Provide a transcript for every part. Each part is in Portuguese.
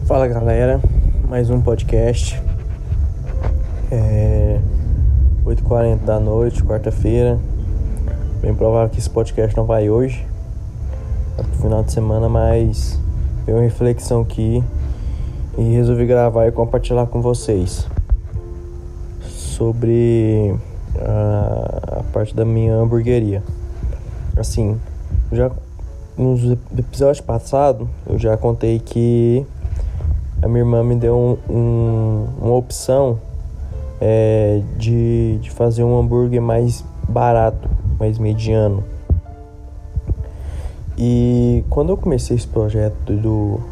Fala galera, mais um podcast. 8h40 da noite, quarta-feira. Bem provável que esse podcast não vai hoje, no final de semana, mas veio uma reflexão aqui e resolvi gravar e compartilhar com vocês sobre a parte da minha hamburgueria. Assim, já nos episódios passados eu já contei que a minha irmã me deu uma opção de fazer um hambúrguer mais barato, mais mediano. E quando eu comecei esse projeto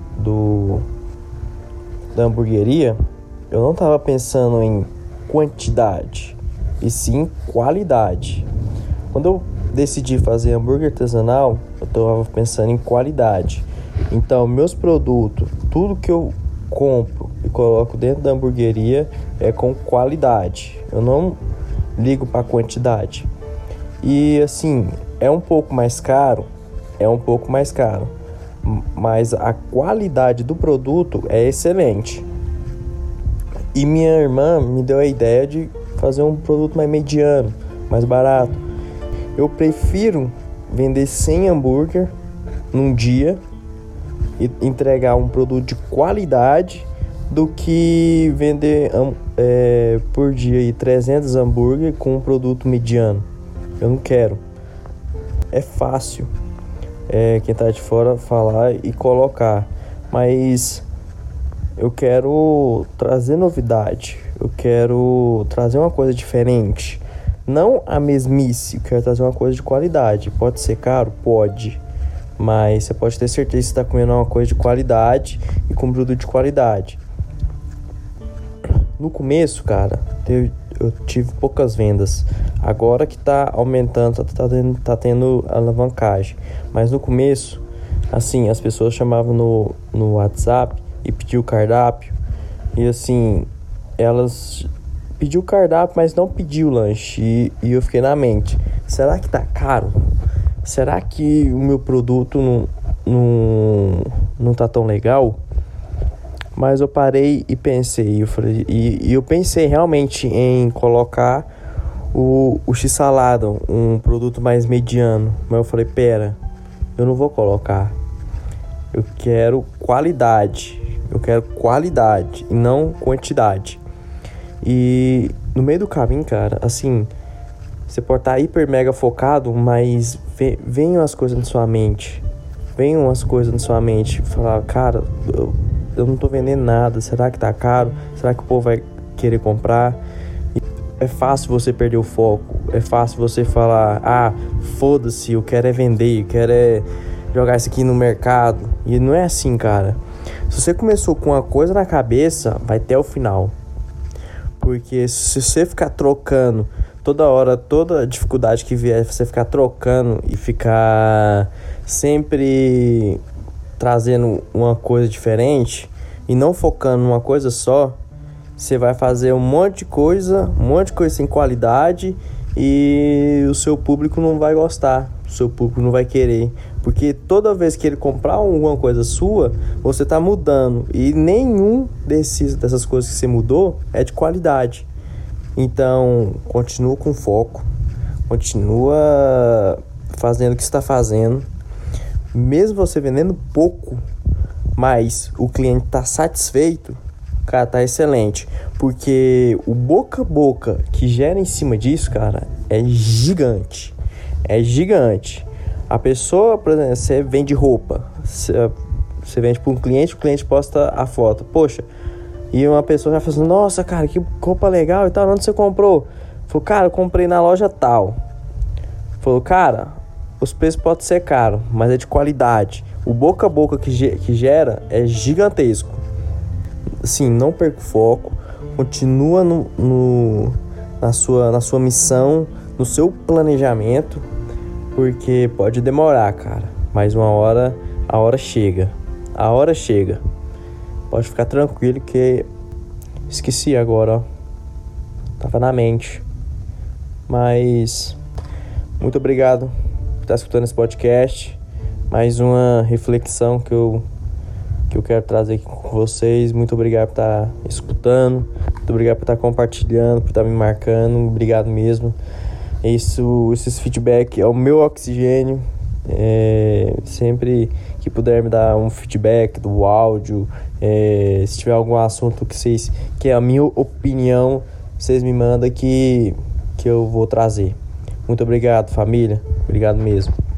da hamburgueria, eu não estava pensando em quantidade, e sim qualidade. Quando eu decidi fazer hambúrguer artesanal, eu estava pensando em qualidade. Então, meus produtos, tudo que eu compro e coloco dentro da hamburgueria é com qualidade. Eu não ligo para quantidade. E assim, é um pouco mais caro, mas a qualidade do produto é excelente. E minha irmã me deu a ideia de fazer um produto mais mediano, mais barato. Eu prefiro vender 100 hambúrguer num dia e entregar um produto de qualidade do que vender por dia aí 300 hambúrguer com um produto mediano. Eu não quero. É fácil quem tá de fora falar e colocar, mas eu quero trazer novidade, eu quero trazer uma coisa diferente, não a mesmice. Eu quero trazer uma coisa de qualidade. Pode ser caro? Pode, mas você pode ter certeza que você está comendo uma coisa de qualidade e com produto de qualidade. No começo, cara, eu tive poucas vendas. Agora que tá aumentando, tá tendo alavancagem. Mas no começo, assim, as pessoas chamavam no WhatsApp e pediam o cardápio. E assim, elas pediu o cardápio, mas não pediu o lanche. E eu fiquei na mente: será que tá caro? Será que o meu produto não tá tão legal? Mas eu parei e pensei, eu pensei realmente em colocar o X-salada, um produto mais mediano. Mas eu falei: pera, eu não vou colocar. Eu quero qualidade e não quantidade. E no meio do caminho, cara, assim, você pode estar hiper mega focado, mas venham as coisas na sua mente. Falar: cara, eu não tô vendendo nada. Será que tá caro? Será que o povo vai querer comprar? E é fácil você perder o foco. É fácil você falar: foda-se, eu quero vender, eu quero jogar isso aqui no mercado. E não é assim, cara. Se você começou com uma coisa na cabeça, vai até o final. Porque se você ficar trocando toda hora, toda dificuldade que vier, você ficar trocando e ficar sempre trazendo uma coisa diferente e não focando numa coisa só, você vai fazer um monte de coisa sem qualidade, e o seu público não vai gostar, o seu público não vai querer, porque toda vez que ele comprar alguma coisa sua, você está mudando, e nenhum dessas coisas que você mudou é de qualidade. Então, continua com foco, continua fazendo o que você está fazendo, mesmo você vendendo pouco, mas o cliente está satisfeito, cara, tá excelente. Porque o boca a boca que gera em cima disso, cara, é gigante. A pessoa, por exemplo, você vende roupa, você vende para um cliente, o cliente posta a foto, poxa, e uma pessoa já fala assim: nossa, cara, que roupa legal e tal, onde você comprou? Falou: cara, eu comprei na loja tal. Falou: cara, os preços podem ser caros, mas é de qualidade. O boca a boca que gera é gigantesco. Assim, não perca o foco. Continua na sua missão, no seu planejamento. Porque pode demorar, cara, mas a hora chega. Pode ficar tranquilo que esqueci agora, ó. Tava na mente. Mas muito obrigado por estar escutando esse podcast. Mais uma reflexão que eu que eu quero trazer aqui com vocês. Muito obrigado por estar escutando, muito obrigado por estar compartilhando, por estar me marcando, obrigado mesmo. Esses feedback é o meu oxigênio. Sempre que puder me dar um feedback do áudio, se tiver algum assunto que é a minha opinião, vocês me mandam que eu vou trazer. Muito obrigado, família, obrigado mesmo.